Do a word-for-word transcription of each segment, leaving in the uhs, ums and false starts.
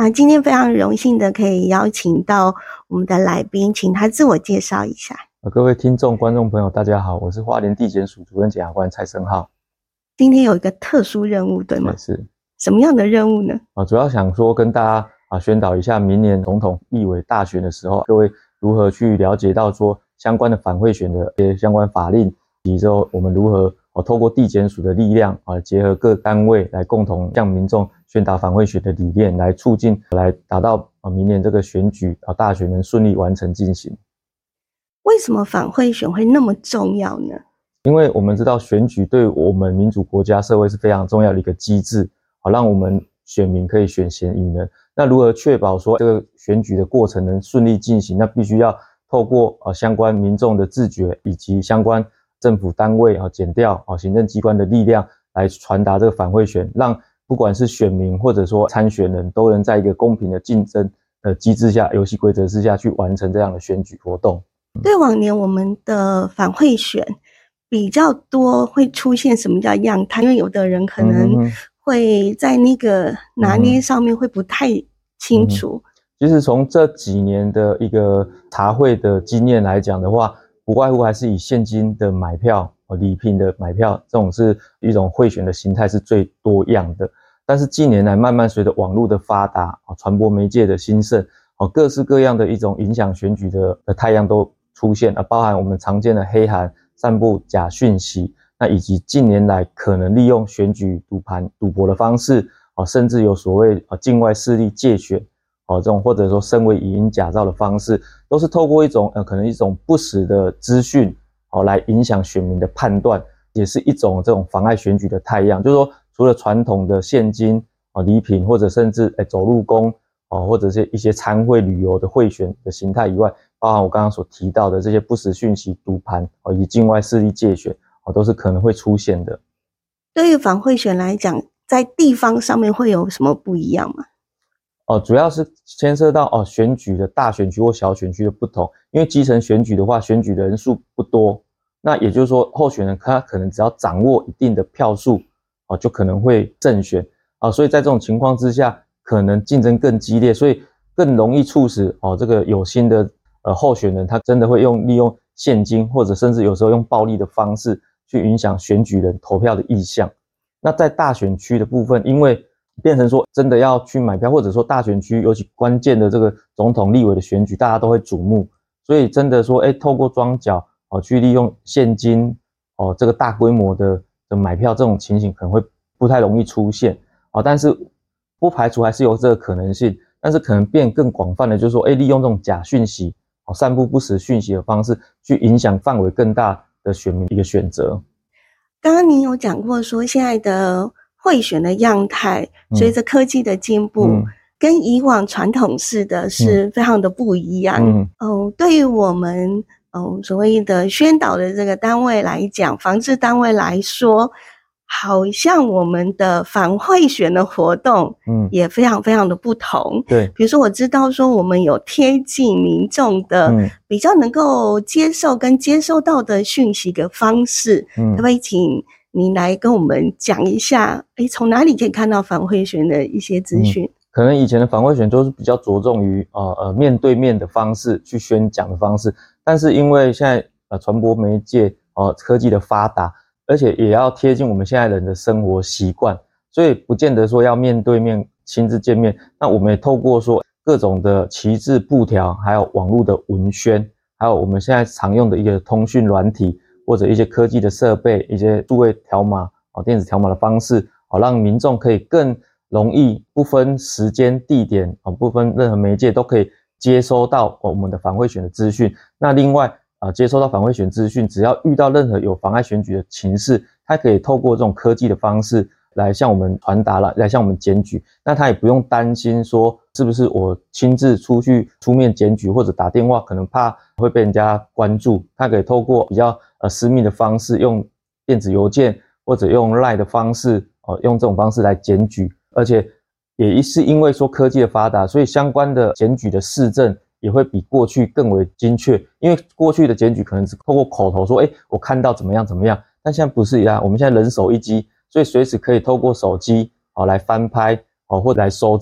那今天非常荣幸的可以邀请到我们的来宾，请他自我介绍一下。 各位听众观众朋友大家好，我是花莲地检署主任检察官蔡胜浩。 今天有一个特殊任务对吗？ 是。 什么样的任务呢？ 主要想说跟大家啊宣导一下明年总统立委大选的时候，各位如何去了解到说相关的反贿选的一些相关法令，以及之后我们如何哦透过地检署的力量啊，结合各单位来共同向民众宣导反贿选的理念，来促进来达到啊明年这个选举啊大选能顺利完成进行。 为什么反贿选会那么重要呢？ 因为我们知道选举对我们民主国家社会是非常重要的一个机制，好让我们选民可以选贤与能。那如何确保说这个选举的过程能顺利进行？那必须要透过呃相关民众的自觉，以及相关政府单位啊、检调啊、行政机关的力量来传达这个反贿选，让不管是选民或者说参选人都能在一个公平的竞争的机制下、游戏规则之下去完成这样的选举活动。 对往年我们的反贿选比较多会出现什么叫样态？因为有的人可能会在那个拿捏上面会不太清楚。 嗯嗯、其实从这几年的一个查贿的经验来讲的话，不外乎还是以现金的买票、礼品的买票，这种是一种贿选的形态是最多样的。但是近年来慢慢随着网络的发达、传播媒介的兴盛，各式各样的一种影响选举的的态样都出现，包含我们常见的黑函、散布假讯息，那以及近年来可能利用选举赌盘、赌博的方式，甚至有所谓境外势力介选，这种或者说身为语音假造的方式，都是透过一种呃可能一种不实的资讯，来影响选民的判断，也是一种这种妨碍选举的态样。就是说，除了传统的现金、礼品或者甚至走路工，或者是一些参会旅游的贿选的形态以外，包含我刚刚所提到的这些不实讯息、赌盘以及境外势力介选，都是可能会出现的。 对于反贿选来讲，在地方上面会有什么不一样吗？ 哦，主要是牵涉到哦选举的大选区或小选区的不同。因为基层选举的话，选举人数不多，那也就是说候选人他可能只要掌握一定的票数，哦就可能会胜选啊，所以在这种情况之下，可能竞争更激烈，所以更容易促使哦这个有心的呃候选人他真的会用利用现金或者甚至有时候用暴力的方式去影响选举人投票的意向。那在大选区的部分，因为变成说真的要去买票，或者说大选区尤其关键的这个总统立委的选举大家都会瞩目，所以真的说诶透过庄脚哦去利用现金哦这个大规模的的买票，这种情形可能会不太容易出现哦，但是不排除还是有这个可能性，但是可能变更广泛的就是说诶利用这种假讯息哦散布不实讯息的方式去影响范围更大的选民一个选择。 刚刚您有讲过说现在的贿选的样态随着科技的进步、嗯、跟以往传统式的是非常的不一样。嗯，哦，对于我们哦所谓的宣导的这个单位来讲，防治单位来说，好像我们的反贿选的活动嗯也非常非常的不同。 对， 比如说我知道说我们有贴近民众的、嗯、比较能够接受跟接受到的讯息的方式，嗯，可不可以请你来跟我们讲一下，诶，从哪里可以看到反贿选的一些资讯、嗯？ 可能以前的反贿选都是比较着重于呃呃面对面的方式去宣讲的方式，但是因为现在呃传播媒介呃科技的发达，而且也要贴近我们现在人的生活习惯，所以不见得说要面对面亲自见面。那我们也透过说各种的旗帜布条，还有网络的文宣，还有我们现在常用的一个通讯软体，或者一些科技的设备，一些数位条码、电子条码的方式，让民众可以更容易不分时间地点、不分任何媒介都可以接收到我们的反贿选的资讯。那另外呃，接收到反贿选资讯，只要遇到任何有妨碍选举的情势，它可以透过这种科技的方式来向我们传达了，来向我们检举。那他也不用担心说是不是我亲自出去出面检举，或者打电话可能怕会被人家关注，他可以透过比较呃私密的方式，用电子邮件或者用 LINE 的方式，呃，用这种方式来检举。而且也是因为说科技的发达，所以相关的检举的事证也会比过去更为精确，因为过去的检举可能只透过口头说，诶，我看到怎么样怎么样，但现在不是一样，我们现在人手一机，所以随时可以透过手机、哦、来翻拍、哦、或者来搜证，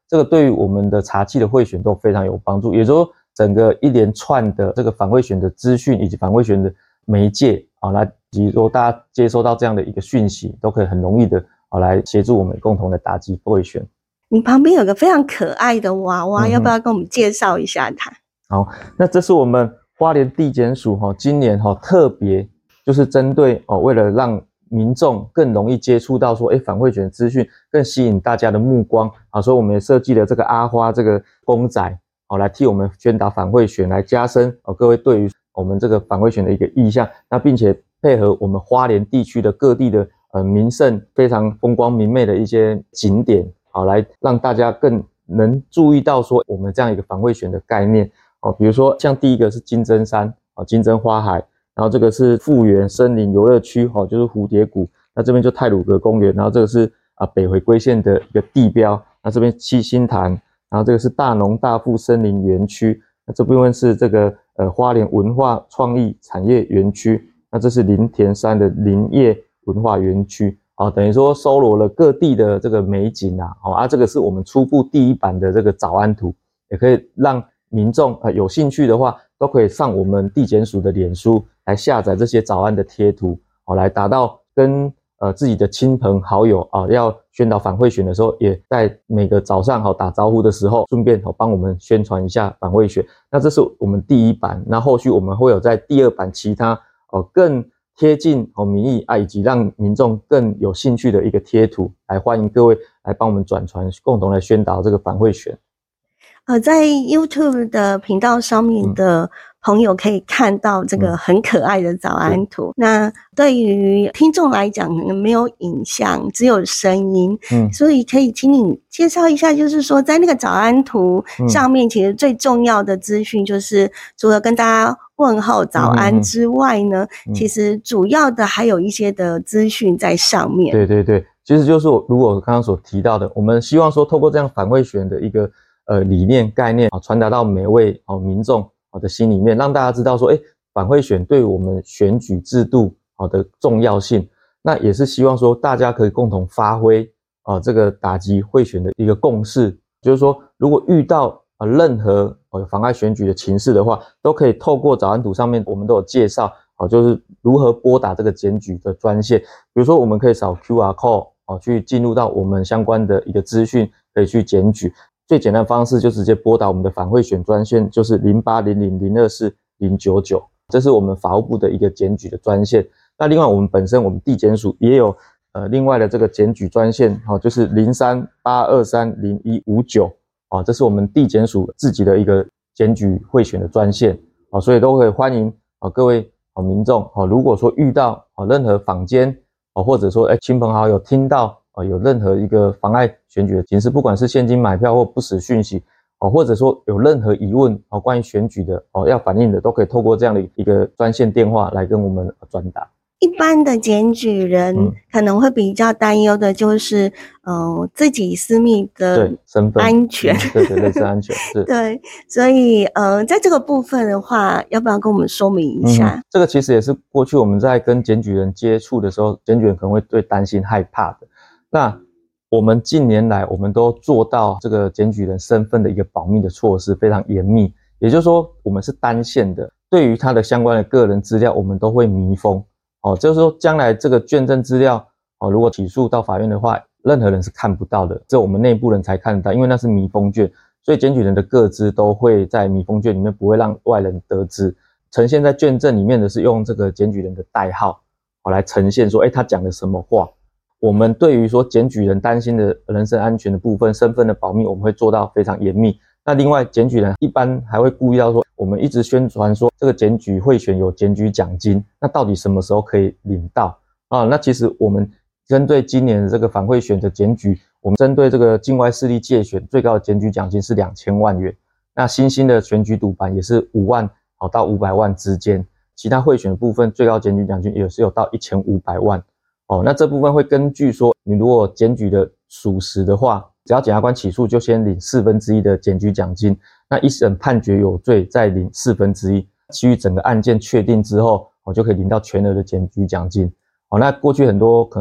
这个对于我们的查罄的贿选都非常有帮助。也就是说，整个一连串的这个反贿选的资讯以及反贿选的媒介啊，来以及说大家接收到这样的一个讯息，都可以很容易的啊来协助我们共同的打击贿选。 你旁边有个非常可爱的娃娃，嗯、要不要跟我们介绍一下它？ 好，那这是我们花莲地检署哈，今年哈特别就是针对哦，为了让民众更容易接触到说，哎，反贿选资讯，更吸引大家的目光啊，所以我们也设计了这个阿花这个公仔哦，来替我们宣导反贿选，来加深哦各位对于我们这个反贿选的一个意向。那并且配合我们花莲地区的各地的呃名胜非常风光明媚的一些景点。好，来让大家更能注意到说我们这样一个反贿选的概念哦，比如说像第一个是金针山哦，金针花海，然后这个是富源森林游乐区哦，就是蝴蝶谷，那这边就太鲁阁公园，然后这个是啊北回归线的一个地标，那这边七星潭，然后这个是大农大富森林园区，那这部分是这个呃花莲文化创意产业园区，那这是林田山的林业文化园区。啊，等于说收罗了各地的这个美景啊，哦啊，这个是我们初步第一版的这个早安图，也可以让民众呃有兴趣的话，都可以上我们地检署的脸书来下载这些早安的贴图，哦，来达到跟呃自己的亲朋好友啊要宣导反贿选的时候，也在每个早上好打招呼的时候，顺便好帮我们宣传一下反贿选。那这是我们第一版，那后续我们会有在第二版其他哦更贴近哦民意啊，以及让民众更有兴趣的一个贴图，来欢迎各位来帮我们转传，共同来宣导这个反贿选。 呃，在 YouTube 的频道上面的朋友可以看到这个很可爱的早安图。嗯、那对于听众来讲，可能没有影像，只有声音，嗯，所以可以请你介绍一下，就是说在那个早安图上面，其实最重要的资讯就是、嗯、除了跟大家问候早安之外呢，嗯嗯嗯、其实主要的还有一些的资讯在上面。 对对对，其实就是我如果我刚刚所提到的，我们希望说透过这样反贿选的一个呃理念概念啊，传达到每位哦民众好的心里面，让大家知道说，哎，反贿选对我们选举制度好的重要性。那也是希望说大家可以共同发挥啊这个打击贿选的一个共识，就是说如果遇到啊任何呃妨碍选举的情势的话，都可以透过早安图上面我们都有介绍，好，就是如何拨打这个检举的专线。比如说我们可以扫 Q R code 哦，去进入到我们相关的一个资讯，可以去检举。最简单的方式就直接拨打我们的反贿选专线，就是零八零零零二四零九九，这是我们法务部的一个检举的专线。那另外我们本身我们地检署也有呃另外的这个检举专线，哦，就是零三八二三零一五九，哦，这是我们地检署自己的一个检举贿选的专线，哦，所以都可以欢迎哦各位哦民众哦，如果说遇到哦任何坊间哦或者说哎亲朋好友听到哦有任何一个妨碍选举的形式，不管是现金买票或不实讯息哦，或者说有任何疑问哦关于选举的哦要反映的，都可以透过这样的一个专线电话来跟我们转达。 一般的检举人可能会比较担忧的就是，嗯、呃，自己私密的身份安全， 对对，类似安全是。 对，所以呃，在这个部分的话，要不要跟我们说明一下？ 嗯、这个其实也是过去我们在跟检举人接触的时候，检举人可能会最担心害怕的。那我们近年来，我们都做到这个检举人身份的一个保密的措施非常严密，也就是说，我们是单线的，对于他的相关的个人资料，我们都会密封。哦，就是说将来这个卷证资料哦，如果起诉到法院的话，任何人是看不到的，只有我们内部人才看得到，因为那是密封卷，所以检举人的个资都会在密封卷里面，不会让外人得知。呈现在卷证里面的是用这个检举人的代号哦来呈现说，诶他讲了什么话。我们对于说检举人担心的人身安全的部分、身份的保密，我们会做到非常严密。那另外，检举人一般还会顾虑到说，我们一直宣传说这个检举贿选有检举奖金，那到底什么时候可以领到啊？那其实我们针对今年的这个反贿选的检举，我们针对这个境外势力介选最高的检举奖金是两千万元，那新兴的选举赌盘也是五万好到五百万之间，其他贿选的部分最高检举奖金也是有到一千五百万哦。那这部分会根据说，你如果检举的属实的话，只要检察官起诉，就先领四分之一的检举奖金。那一审判决有罪，再领四分之一。其余整个案件确定之后，我就可以领到全额的检举奖金。好，那过去很多可能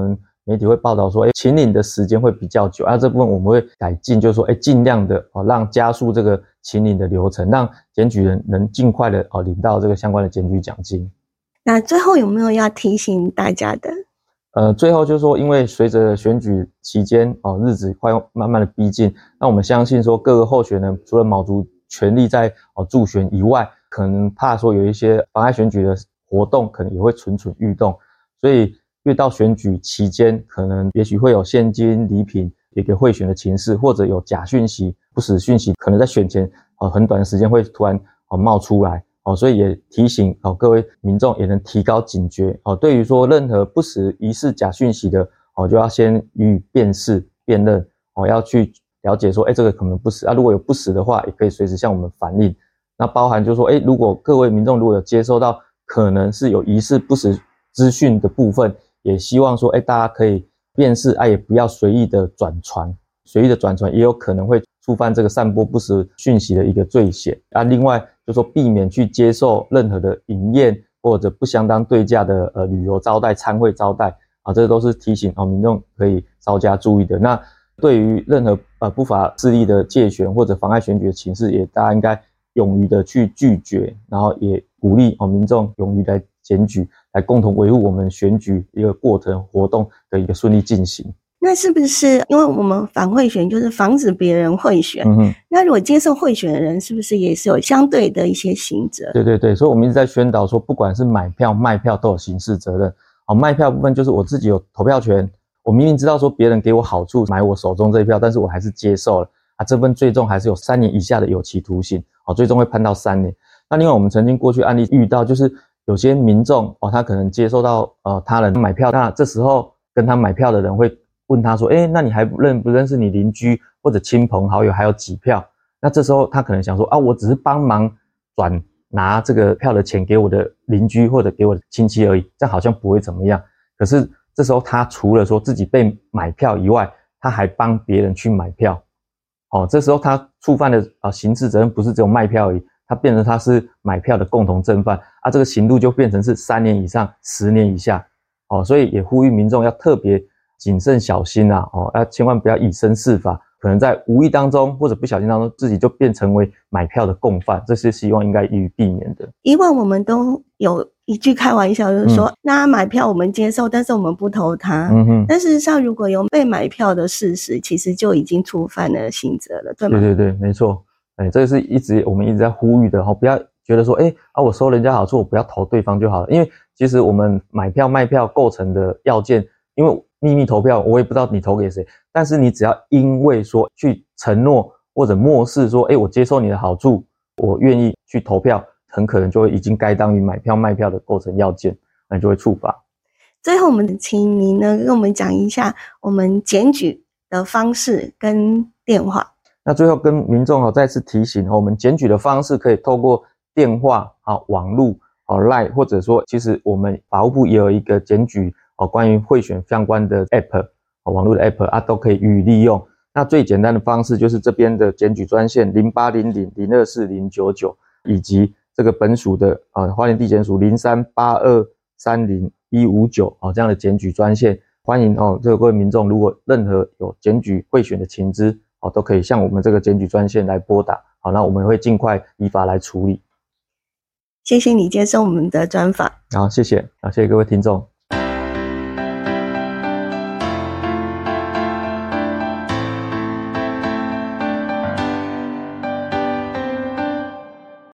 媒体会报道说，哎，请领的时间会比较久，啊，这部分我们会改进，就是说，哎，尽量的哦，让加速这个请领的流程，让检举人能尽快的哦领到这个相关的检举奖金。 那最后有没有要提醒大家的？ 呃，最后就是说，因为随着选举期间哦，日子快慢慢的逼近，那我们相信说，各个候选人除了卯足全力在哦助选以外，可能怕说有一些妨碍选举的活动，可能也会蠢蠢欲动，所以越到选举期间，可能也许会有现金礼品也给贿选的情势，或者有假讯息、不实讯息，可能在选前哦很短的时间会突然哦冒出来。哦，所以也提醒哦各位民众也能提高警觉哦。对于说任何不实、疑似假讯息的哦，就要先予以辨识、辨认哦，要去了解说，哎，这个可能不实啊。如果有不实的话，也可以随时向我们反映。那包含就是说，哎，如果各位民众如果有接收到可能是有疑似不实资讯的部分，也希望说，哎，大家可以辨识啊，也不要随意的转传，随意的转传也有可能会触犯这个散播不实讯息的一个罪嫌啊。另外就是说避免去接受任何的饮宴或者不相当对价的呃旅游招待、参会招待啊，这都是提醒啊民众可以稍加注意的。那对于任何呃不法势力的介选或者妨碍选举的情势，也大家应该勇于的去拒绝，然后也鼓励哦民众勇于来检举，来共同维护我们选举一个过程活动的一个顺利进行。 那是不是因为我们反贿选就是防止别人贿选、嗯、那如果接受贿选的人是不是也是有相对的一些刑责？ 对对对，所以我们一直在宣导说，不管是买票卖票都有刑事责任。好，卖票部分就是我自己有投票权，我明明知道说别人给我好处买我手中这一票，但是我还是接受了啊，这份最重还是有三年以下的有期徒刑，好，最终会判到三年。那另外我们曾经过去案例遇到，就是有些民众哦，他可能接受到呃他人买票，那这时候跟他买票的人会问他说，诶，那你还认不认识你邻居或者亲朋好友还有几票？那这时候他可能想说啊，我只是帮忙转拿这个票的钱给我的邻居或者给我的亲戚而已，这样好像不会怎么样。可是这时候他除了说自己被买票以外，他还帮别人去买票。哦，这时候他触犯的啊刑事责任不是只有卖票而已，他变成他是买票的共同正犯啊，这个刑度就变成是三年以上十年以下。哦，所以也呼吁民众要特别谨慎小心啊，哦，要千万不要以身试法，可能在无意当中或者不小心当中，自己就变成为买票的共犯，这是希望应该予以避免的。 以往我们都有一句开玩笑，就是说，嗯、那买票我们接受，但是我们不投他。嗯哼。但事实上，如果有被买票的事实，其实就已经触犯了刑责了，对吗？ 对对对，没错。哎，这个是一直我们一直在呼吁的哈，不要觉得说，哎啊，我收人家好处，我不要投对方就好了，因为其实我们买票卖票构成的要件，因为秘密投票，我也不知道你投给谁，但是你只要因为说去承诺或者漠视说，诶，我接受你的好处，我愿意去投票，很可能就会已经该当于买票卖票的构成要件，那就会触罚。 最后我们请您呢跟我们讲一下我们检举的方式跟电话。 那最后跟民众再次提醒，我们检举的方式可以透过电话、网路、LINE， 或者说其实我们法务部也有一个检举哦，关于贿选相关的 App， 哦，网络的 App 啊，都可以予以利用。那最简单的方式就是这边的检举专线零八零零零二四零九九，以及这个本署的呃花莲地检署零三八二三零一五九哦这样的检举专线，欢迎哦这个各位民众如果任何有检举贿选的情资哦，都可以向我们这个检举专线来拨打，好，那我们会尽快依法来处理。 谢谢你接受我们的专访。 好，谢谢，好，谢谢各位听众。